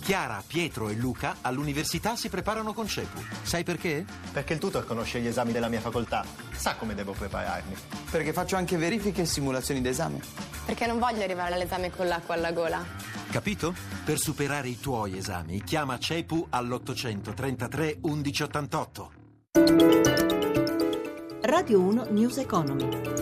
Chiara, Pietro e Luca all'università si preparano con CEPU. Sai perché? Perché il tutor conosce gli esami della mia facoltà, sa come devo prepararmi. Perché faccio anche verifiche e simulazioni d'esame. Perché non voglio arrivare all'esame con l'acqua alla gola. Capito? Per superare i tuoi esami, chiama CEPU all'833 1188. Radio 1 News Economy.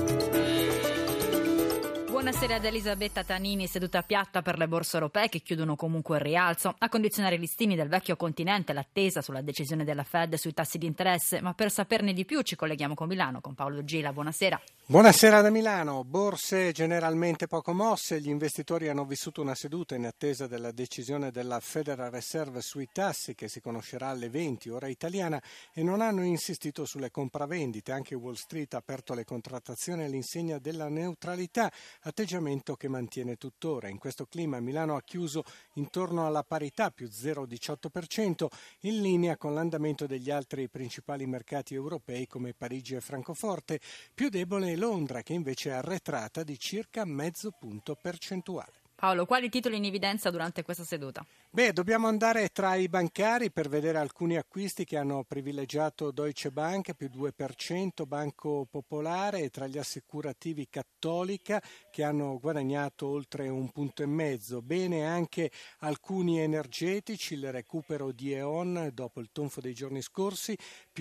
Buonasera ad Elisabetta Tanini, seduta piatta per le borse europee che chiudono comunque il rialzo. A condizionare i listini del vecchio continente l'attesa sulla decisione della Fed sui tassi di interesse, ma per saperne di più ci colleghiamo con Milano, con Paolo Gila. Buonasera. Buonasera da Milano. Borse generalmente poco mosse, gli investitori hanno vissuto una seduta in attesa della decisione della Federal Reserve sui tassi che si conoscerà alle 20 ora italiana e non hanno insistito sulle compravendite. Anche Wall Street ha aperto le contrattazioni all'insegna della neutralità, atteggiamento che mantiene tuttora. In questo clima Milano ha chiuso intorno alla parità più 0,18%, in linea con l'andamento degli altri principali mercati europei come Parigi e Francoforte, più debole Londra che invece è arretrata di circa mezzo punto percentuale. Paolo, quali titoli in evidenza durante questa seduta? Dobbiamo andare tra i bancari per vedere alcuni acquisti che hanno privilegiato Deutsche Bank più 2%, Banco Popolare, e tra gli assicurativi Cattolica che hanno guadagnato oltre 1,5 punti. Bene anche alcuni energetici, il recupero di E.ON dopo il tonfo dei giorni scorsi più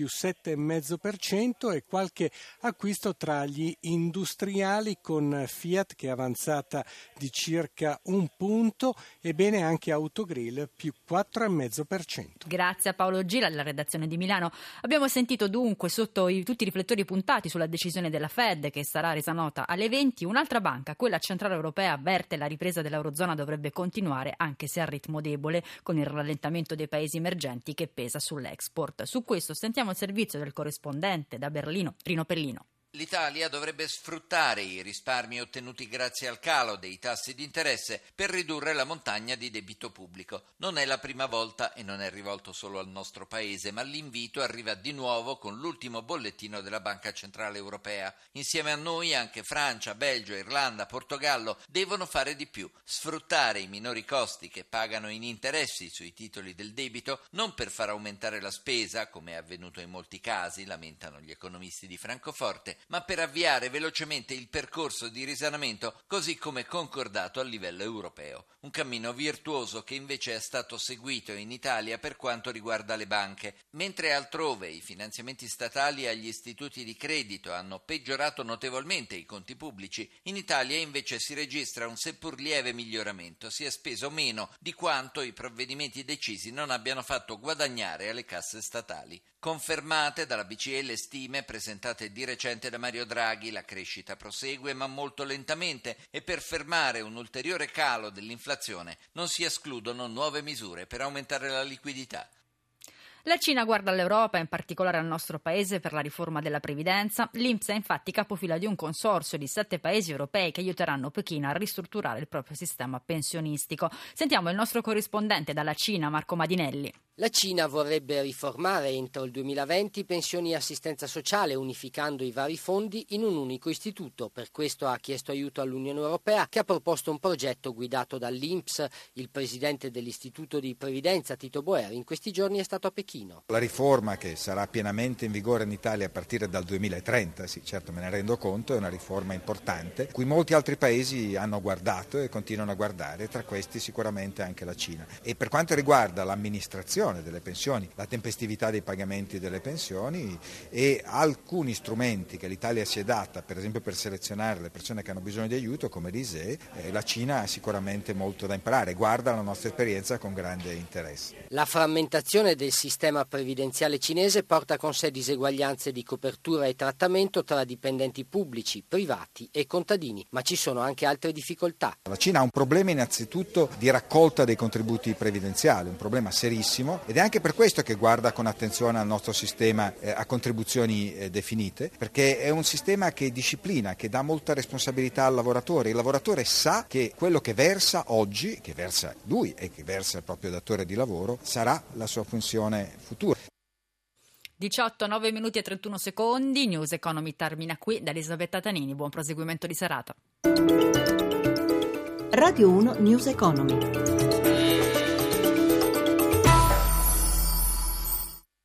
7,5% e qualche acquisto tra gli industriali con Fiat che è avanzata di circa 1 punto e bene anche Autogrill più 4,5%. Grazie a Paolo Gila della redazione di Milano. Abbiamo sentito dunque sotto tutti i riflettori puntati sulla decisione della Fed che sarà resa nota alle 20. Un'altra banca, quella centrale europea, avverte la ripresa dell'Eurozona dovrebbe continuare anche se a ritmo debole con il rallentamento dei paesi emergenti che pesa sull'export. Su questo sentiamo il servizio del corrispondente da Berlino, Rino Pellino. L'Italia dovrebbe sfruttare i risparmi ottenuti grazie al calo dei tassi di interesse per ridurre la montagna di debito pubblico. Non è la prima volta e non è rivolto solo al nostro paese, ma l'invito arriva di nuovo con l'ultimo bollettino della Banca Centrale Europea. Insieme a noi anche Francia, Belgio, Irlanda, Portogallo devono fare di più, sfruttare i minori costi che pagano in interessi sui titoli del debito, non per far aumentare la spesa, come è avvenuto in molti casi, lamentano gli economisti di Francoforte, ma per avviare velocemente il percorso di risanamento così come concordato a livello europeo. Un cammino virtuoso che invece è stato seguito in Italia per quanto riguarda le banche. Mentre altrove i finanziamenti statali agli istituti di credito hanno peggiorato notevolmente i conti pubblici, in Italia invece si registra un seppur lieve miglioramento. Si è speso meno di quanto i provvedimenti decisi non abbiano fatto guadagnare alle casse statali. Confermate dalla BCE le stime presentate di recente da Mario Draghi, la crescita prosegue ma molto lentamente e per fermare un ulteriore calo dell'inflazione non si escludono nuove misure per aumentare la liquidità. La Cina guarda all'Europa, in particolare al nostro paese, per la riforma della previdenza. L'INPS è infatti capofila di un consorzio di 7 paesi europei che aiuteranno Pechino a ristrutturare il proprio sistema pensionistico. Sentiamo il nostro corrispondente dalla Cina, Marco Madinelli. La Cina vorrebbe riformare entro il 2020 pensioni e assistenza sociale, unificando i vari fondi in un unico istituto. Per questo ha chiesto aiuto all'Unione Europea, che ha proposto un progetto guidato dall'INPS. Il presidente dell'Istituto di Previdenza, Tito Boeri, in questi giorni è stato a Pechino. La riforma, che sarà pienamente in vigore in Italia a partire dal 2030, sì, certo me ne rendo conto, è una riforma importante, cui molti altri paesi hanno guardato e continuano a guardare, tra questi sicuramente anche la Cina. E per quanto riguarda l'amministrazione delle pensioni, la tempestività dei pagamenti delle pensioni e alcuni strumenti che l'Italia si è data, per esempio per selezionare le persone che hanno bisogno di aiuto, come l'ISEE, la Cina ha sicuramente molto da imparare, guarda la nostra esperienza con grande interesse. La frammentazione del sistema previdenziale cinese porta con sé diseguaglianze di copertura e trattamento tra dipendenti pubblici, privati e contadini, ma ci sono anche altre difficoltà. La Cina ha un problema innanzitutto di raccolta dei contributi previdenziali, un problema serissimo, ed è anche per questo che guarda con attenzione al nostro sistema a contribuzioni definite, perché è un sistema che disciplina, che dà molta responsabilità al lavoratore. Il lavoratore sa che quello che versa oggi, che versa lui e che versa il proprio datore di lavoro, sarà la sua funzione futura. 18, 9 minuti e 31 secondi, News Economy termina qui. Da Elisabetta Tanini, buon proseguimento di serata. Radio 1 News Economy.